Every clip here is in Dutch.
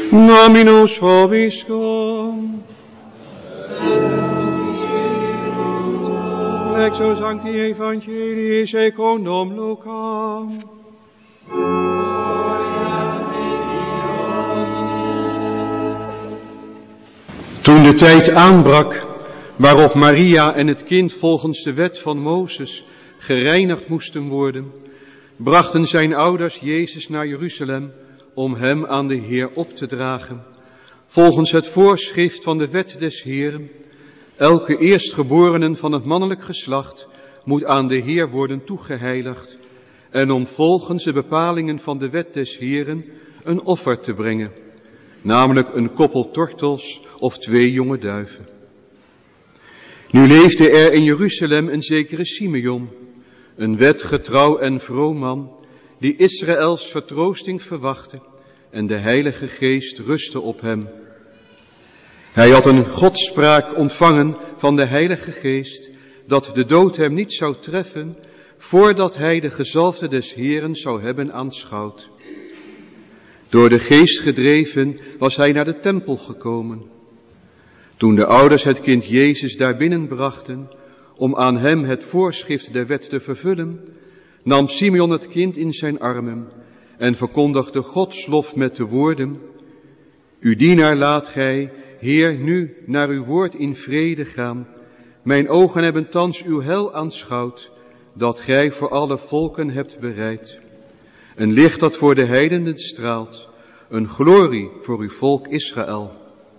Dominus vobiscum. Exo sancti evangelii secundum Luca. Toen de tijd aanbrak waarop Maria en het kind volgens de wet van Mozes gereinigd moesten worden, brachten zijn ouders Jezus naar Jeruzalem om hem aan de Heer op te dragen, volgens het voorschrift van de wet des Heeren. Elke eerstgeborenen van het mannelijk geslacht moet aan de Heer worden toegeheiligd en om volgens de bepalingen van de wet des Heeren een offer te brengen, namelijk een koppel tortels of 2 jonge duiven. Nu leefde er in Jeruzalem een zekere Simeon, een wetgetrouw en vroom man, die Israëls vertroosting verwachtte en de Heilige Geest rustte op hem. Hij had een godspraak ontvangen van de Heilige Geest, dat de dood hem niet zou treffen, voordat hij de gezalfde des Heeren zou hebben aanschouwd. Door de Geest gedreven was hij naar de tempel gekomen. Toen de ouders het kind Jezus daar binnenbrachten, om aan hem het voorschrift der wet te vervullen, nam Simeon het kind in zijn armen en verkondigde Gods lof met de woorden: Uw dienaar laat gij, Heer, nu naar uw woord in vrede gaan. Mijn ogen hebben thans uw heil aanschouwd, dat gij voor alle volken hebt bereid. Een licht dat voor de heidenen straalt, een glorie voor uw volk Israël.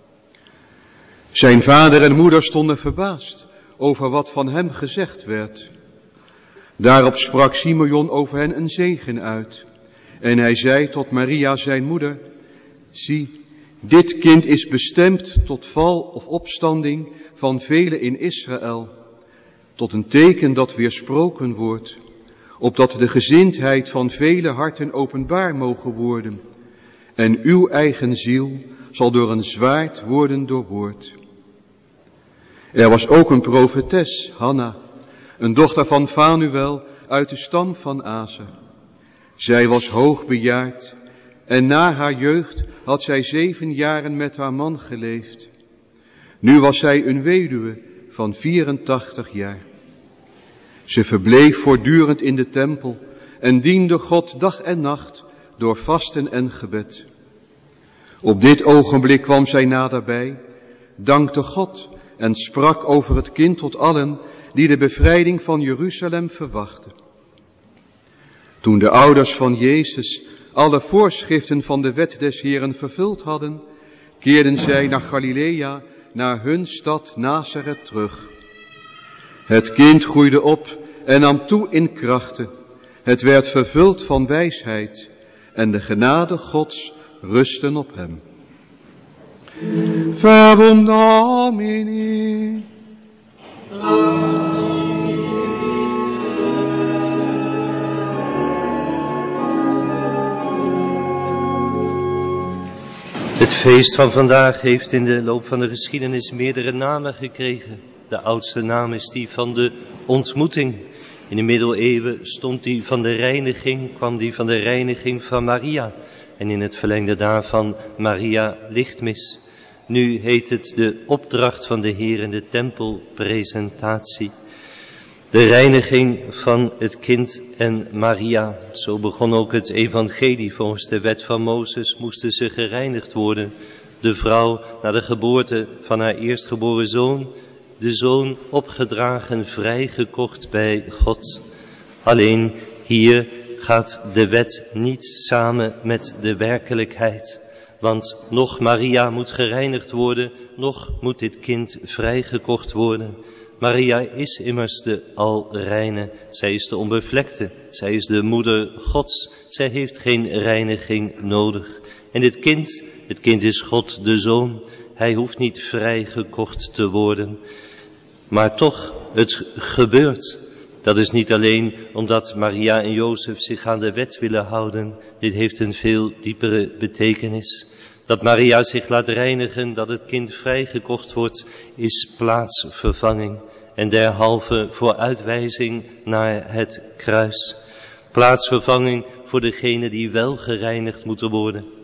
Zijn vader en moeder stonden verbaasd over wat van hem gezegd werd. Daarop sprak Simeon over hen een zegen uit. En hij zei tot Maria zijn moeder: Zie, dit kind is bestemd tot val of opstanding van velen in Israël, tot een teken dat weersproken wordt, opdat de gezindheid van vele harten openbaar mogen worden. En uw eigen ziel zal door een zwaard worden doorboord. Er was ook een profetes, Hanna, een dochter van Fanuel uit de stam van Aser. Zij was hoogbejaard en na haar jeugd had zij 7 jaren met haar man geleefd. Nu was zij een weduwe van 84 jaar. Ze verbleef voortdurend in de tempel en diende God dag en nacht door vasten en gebed. Op dit ogenblik kwam zij naderbij, dankte God en sprak over het kind tot allen die de bevrijding van Jeruzalem verwachten. Toen de ouders van Jezus alle voorschriften van de wet des Heeren vervuld hadden, keerden zij naar Galilea, naar hun stad Nazareth terug. Het kind groeide op en nam toe in krachten. Het werd vervuld van wijsheid en de genade Gods rustte op hem. Verbum Domini. Het feest van vandaag heeft in de loop van de geschiedenis meerdere namen gekregen. De oudste naam is die van de ontmoeting. In de middeleeuwen stond die van de reiniging, kwam die van de reiniging van Maria. En in het verlengde daarvan Maria Lichtmis. Nu heet het de opdracht van de Heer in de tempelpresentatie. De reiniging van het kind en Maria. Zo begon ook het evangelie. Volgens de wet van Mozes moesten ze gereinigd worden. De vrouw na de geboorte van haar eerstgeboren zoon. De zoon opgedragen, vrijgekocht bij God. Alleen hier gaat de wet niet samen met de werkelijkheid. Want nog Maria moet gereinigd worden, nog moet dit kind vrijgekocht worden. Maria is immers de alreine, zij is de onbevlekte, zij is de moeder Gods, zij heeft geen reiniging nodig. En het kind is God de Zoon, hij hoeft niet vrijgekocht te worden. Maar toch, het gebeurt. Dat is niet alleen omdat Maria en Jozef zich aan de wet willen houden. Dit heeft een veel diepere betekenis. Dat Maria zich laat reinigen, dat het kind vrijgekocht wordt, is plaatsvervanging. En derhalve voor uitwijzing naar het kruis. Plaatsvervanging voor degenen die wel gereinigd moeten worden.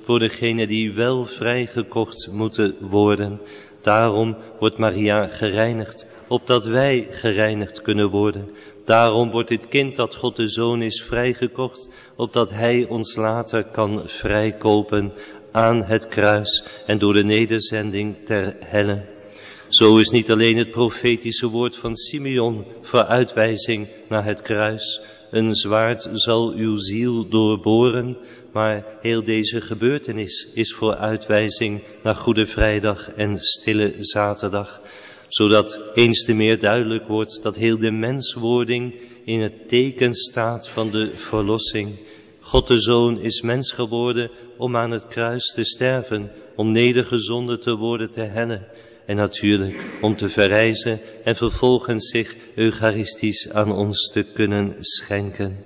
voor degenen die wel vrijgekocht moeten worden. Daarom wordt Maria gereinigd, opdat wij gereinigd kunnen worden. Daarom wordt dit kind dat God de Zoon is vrijgekocht, opdat Hij ons later kan vrijkopen aan het kruis en door de nederzending ter helle. Zo is niet alleen het profetische woord van Simeon voor uitwijzing naar het kruis. Een zwaard zal uw ziel doorboren, maar heel deze gebeurtenis is voor uitwijzing naar Goede Vrijdag en Stille Zaterdag. Zodat eens te meer duidelijk wordt dat heel de menswording in het teken staat van de verlossing. God de Zoon is mens geworden om aan het kruis te sterven, om nedergezonden te worden te helle. En natuurlijk om te verrijzen en vervolgens zich eucharistisch aan ons te kunnen schenken.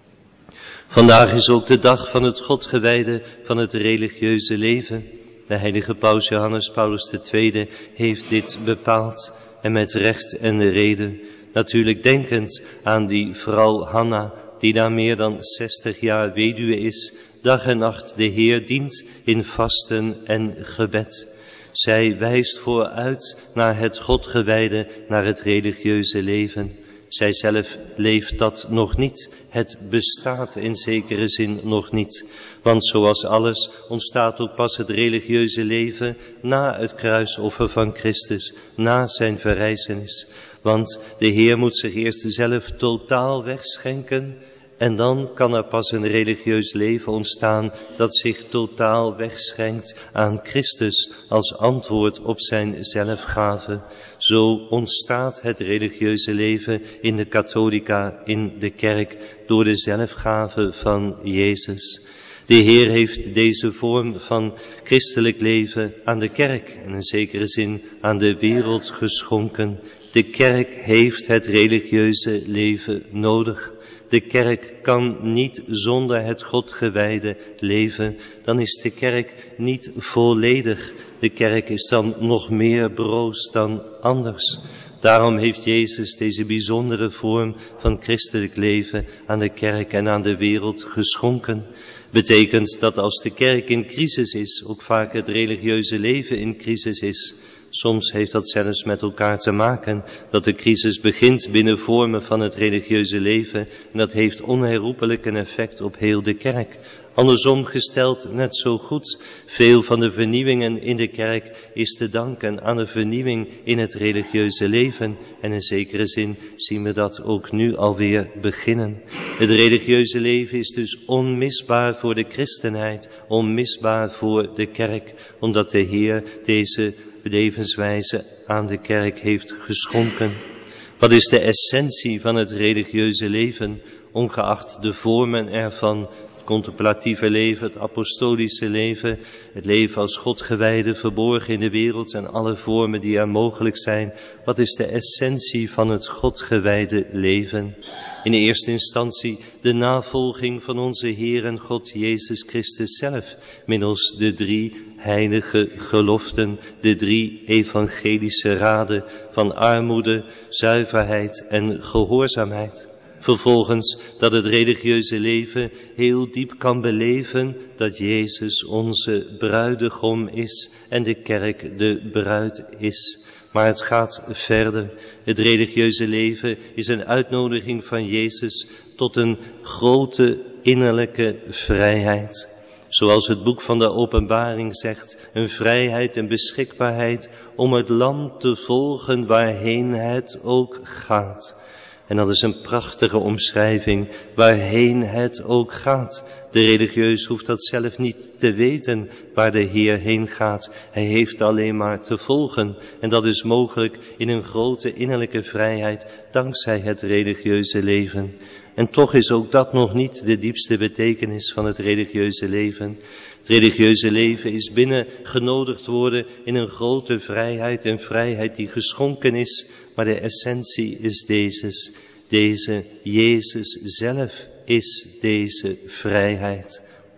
Vandaag is ook de dag van het Godgewijde van het religieuze leven. De heilige paus Johannes Paulus II heeft dit bepaald en met recht en reden. Natuurlijk denkend aan die vrouw Hanna, die na meer dan 60 jaar weduwe is, dag en nacht de Heer dient in vasten en gebed. Zij wijst vooruit naar het Godgewijde, naar het religieuze leven. Zij zelf leeft dat nog niet. Het bestaat in zekere zin nog niet. Want zoals alles ontstaat ook pas het religieuze leven na het kruisoffer van Christus, na zijn verrijzenis. Want de Heer moet zich eerst zelf totaal wegschenken. En dan kan er pas een religieus leven ontstaan dat zich totaal wegschenkt aan Christus als antwoord op zijn zelfgave. Zo ontstaat het religieuze leven in de katholica, in de kerk, door de zelfgave van Jezus. De Heer heeft deze vorm van christelijk leven aan de kerk en in zekere zin aan de wereld geschonken. De kerk heeft het religieuze leven nodig. De kerk kan niet zonder het Godgewijde leven. Dan is de kerk niet volledig. De kerk is dan nog meer broos dan anders. Daarom heeft Jezus deze bijzondere vorm van christelijk leven aan de kerk en aan de wereld geschonken. Betekent dat als de kerk in crisis is, ook vaak het religieuze leven in crisis is. Soms heeft dat zelfs met elkaar te maken, dat de crisis begint binnen vormen van het religieuze leven en dat heeft onherroepelijk een effect op heel de kerk. Andersom gesteld net zo goed, veel van de vernieuwingen in de kerk is te danken aan een vernieuwing in het religieuze leven en in zekere zin zien we dat ook nu alweer beginnen. Het religieuze leven is dus onmisbaar voor de christenheid, onmisbaar voor de kerk, omdat de Heer deze levenswijze aan de kerk heeft geschonken. Wat is de essentie van het religieuze leven, ongeacht de vormen ervan, het contemplatieve leven, het apostolische leven, het leven als Godgewijde, verborgen in de wereld en alle vormen die er mogelijk zijn. Wat is de essentie van het Godgewijde leven? In de eerste instantie de navolging van onze Heer en God Jezus Christus zelf, middels de 3 heilige geloften, de 3 evangelische raden van armoede, zuiverheid en gehoorzaamheid. Vervolgens dat het religieuze leven heel diep kan beleven dat Jezus onze bruidegom is en de kerk de bruid is. Maar het gaat verder. Het religieuze leven is een uitnodiging van Jezus tot een grote innerlijke vrijheid. Zoals het boek van de Openbaring zegt, een vrijheid en beschikbaarheid om het lam te volgen waarheen het ook gaat. En dat is een prachtige omschrijving, waarheen het ook gaat. De religieus hoeft dat zelf niet te weten waar de Heer heen gaat. Hij heeft alleen maar te volgen. En dat is mogelijk in een grote innerlijke vrijheid, dankzij het religieuze leven. En toch is ook dat nog niet de diepste betekenis van het religieuze leven. Het religieuze leven is binnen genodigd worden in een grote vrijheid, een vrijheid die geschonken is, maar de essentie is deze Jezus zelf is deze vrijheid.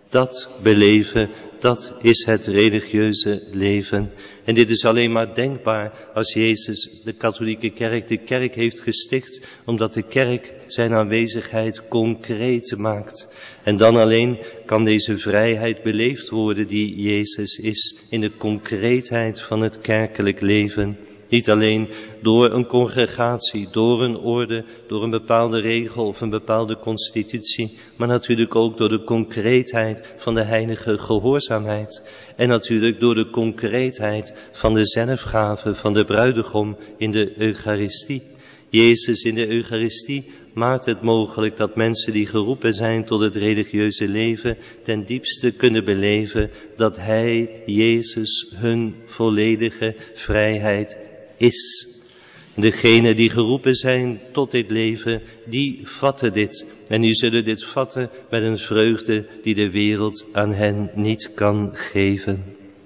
Dat beleven, dat is het religieuze leven. En dit is alleen maar denkbaar als Jezus de katholieke kerk, de kerk heeft gesticht, omdat de kerk zijn aanwezigheid concreet maakt. En dan alleen kan deze vrijheid beleefd worden die Jezus is, in de concreetheid van het kerkelijk leven. Niet alleen door een congregatie, door een orde, door een bepaalde regel of een bepaalde constitutie, maar natuurlijk ook door de concreetheid van de heilige gehoorzaamheid. En natuurlijk door de concreetheid van de zelfgave van de bruidegom in de Eucharistie. Jezus in de Eucharistie maakt het mogelijk dat mensen die geroepen zijn tot het religieuze leven ten diepste kunnen beleven dat Hij, Jezus, hun volledige vrijheid is. Degenen die geroepen zijn tot dit leven, die vatten dit. En die zullen dit vatten met een vreugde die de wereld aan hen niet kan geven.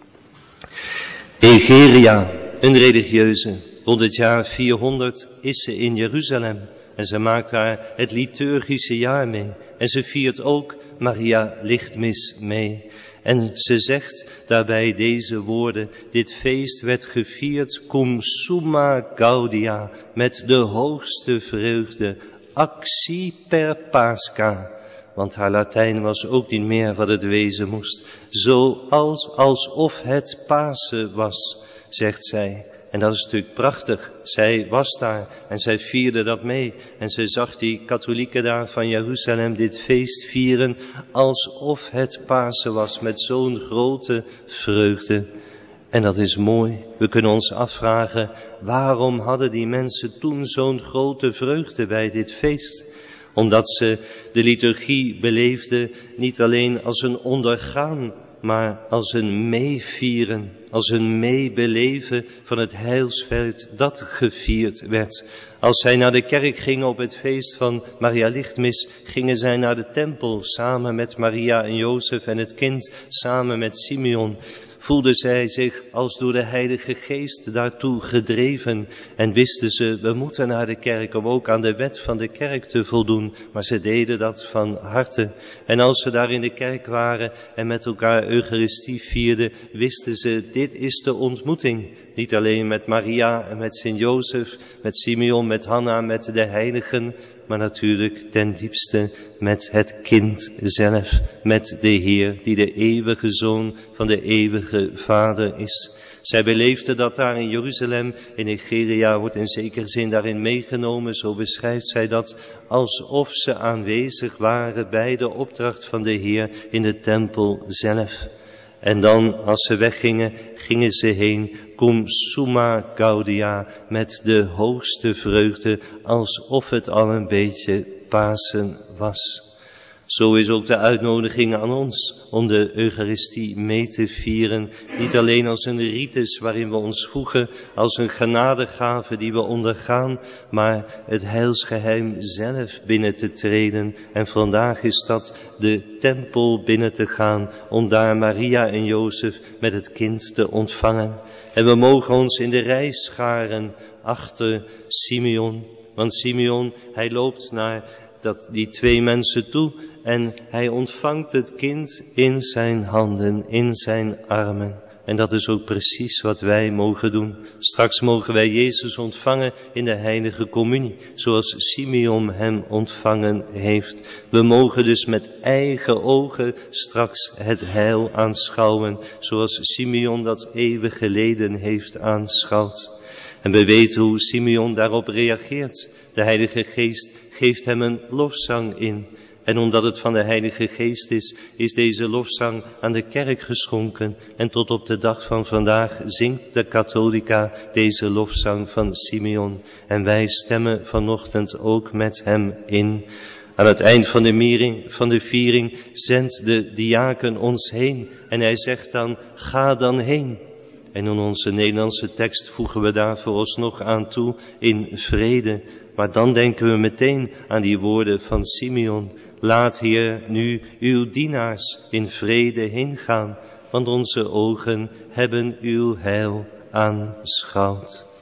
Egeria, een religieuze, rond het jaar 400 is ze in Jeruzalem. En ze maakt daar het liturgische jaar mee. En ze viert ook Maria Lichtmis mee. En ze zegt daarbij deze woorden: dit feest werd gevierd cum summa gaudia, met de hoogste vreugde, actie per Pascha. Want haar Latijn was ook niet meer wat het wezen moest. Zoals alsof het Pasen was, zegt zij. En dat is natuurlijk prachtig. Zij was daar en zij vierde dat mee. En ze zag die katholieken daar van Jeruzalem dit feest vieren alsof het Pasen was, met zo'n grote vreugde. En dat is mooi. We kunnen ons afvragen, waarom hadden die mensen toen zo'n grote vreugde bij dit feest? Omdat ze de liturgie beleefden niet alleen als een ondergaan, maar als een meevieren, als een meebeleven van het heilsfeit dat gevierd werd. Als zij naar de kerk gingen op het feest van Maria Lichtmis, gingen zij naar de tempel samen met Maria en Jozef en het kind, samen met Simeon. Voelden zij zich als door de Heilige Geest daartoe gedreven en wisten ze, we moeten naar de kerk om ook aan de wet van de kerk te voldoen, maar ze deden dat van harte. En als ze daar in de kerk waren en met elkaar Eucharistie vierden, wisten ze, dit is de ontmoeting. Niet alleen met Maria en met Sint-Jozef, met Simeon, met Hanna, met de heiligen, maar natuurlijk ten diepste met het kind zelf, met de Heer die de eeuwige Zoon van de eeuwige Vader is. Zij beleefde dat daar in Jeruzalem, in Egeria wordt in zekere zin daarin meegenomen, zo beschrijft zij dat, alsof ze aanwezig waren bij de opdracht van de Heer in de tempel zelf. En dan, als ze weggingen, gingen ze heen, cum summa gaudia, met de hoogste vreugde, alsof het al een beetje Pasen was. Zo is ook de uitnodiging aan ons om de Eucharistie mee te vieren. Niet alleen als een ritus waarin we ons voegen, als een genadegave die we ondergaan, maar het heilsgeheim zelf binnen te treden. En vandaag is dat de tempel binnen te gaan om daar Maria en Jozef met het kind te ontvangen. En we mogen ons in de rij scharen achter Simeon. Want Simeon, hij loopt naar die twee mensen toe en hij ontvangt het kind in zijn handen, in zijn armen. En dat is ook precies wat wij mogen doen. Straks mogen wij Jezus ontvangen in de heilige communie, zoals Simeon hem ontvangen heeft. We mogen dus met eigen ogen straks het heil aanschouwen, zoals Simeon dat eeuwen geleden heeft aanschouwd. En we weten hoe Simeon daarop reageert. De Heilige Geest geeft hem een lofzang in. En omdat het van de Heilige Geest is, is deze lofzang aan de kerk geschonken. En tot op de dag van vandaag zingt de katholica deze lofzang van Simeon. En wij stemmen vanochtend ook met hem in. Aan het eind van de viering zendt de diaken ons heen. En hij zegt dan, ga dan heen. En in onze Nederlandse tekst voegen we daar vooralsnog aan toe in vrede. Maar dan denken we meteen aan die woorden van Simeon. Laat Heer nu uw dienaars in vrede heen gaan, want onze ogen hebben uw heil aanschouwd.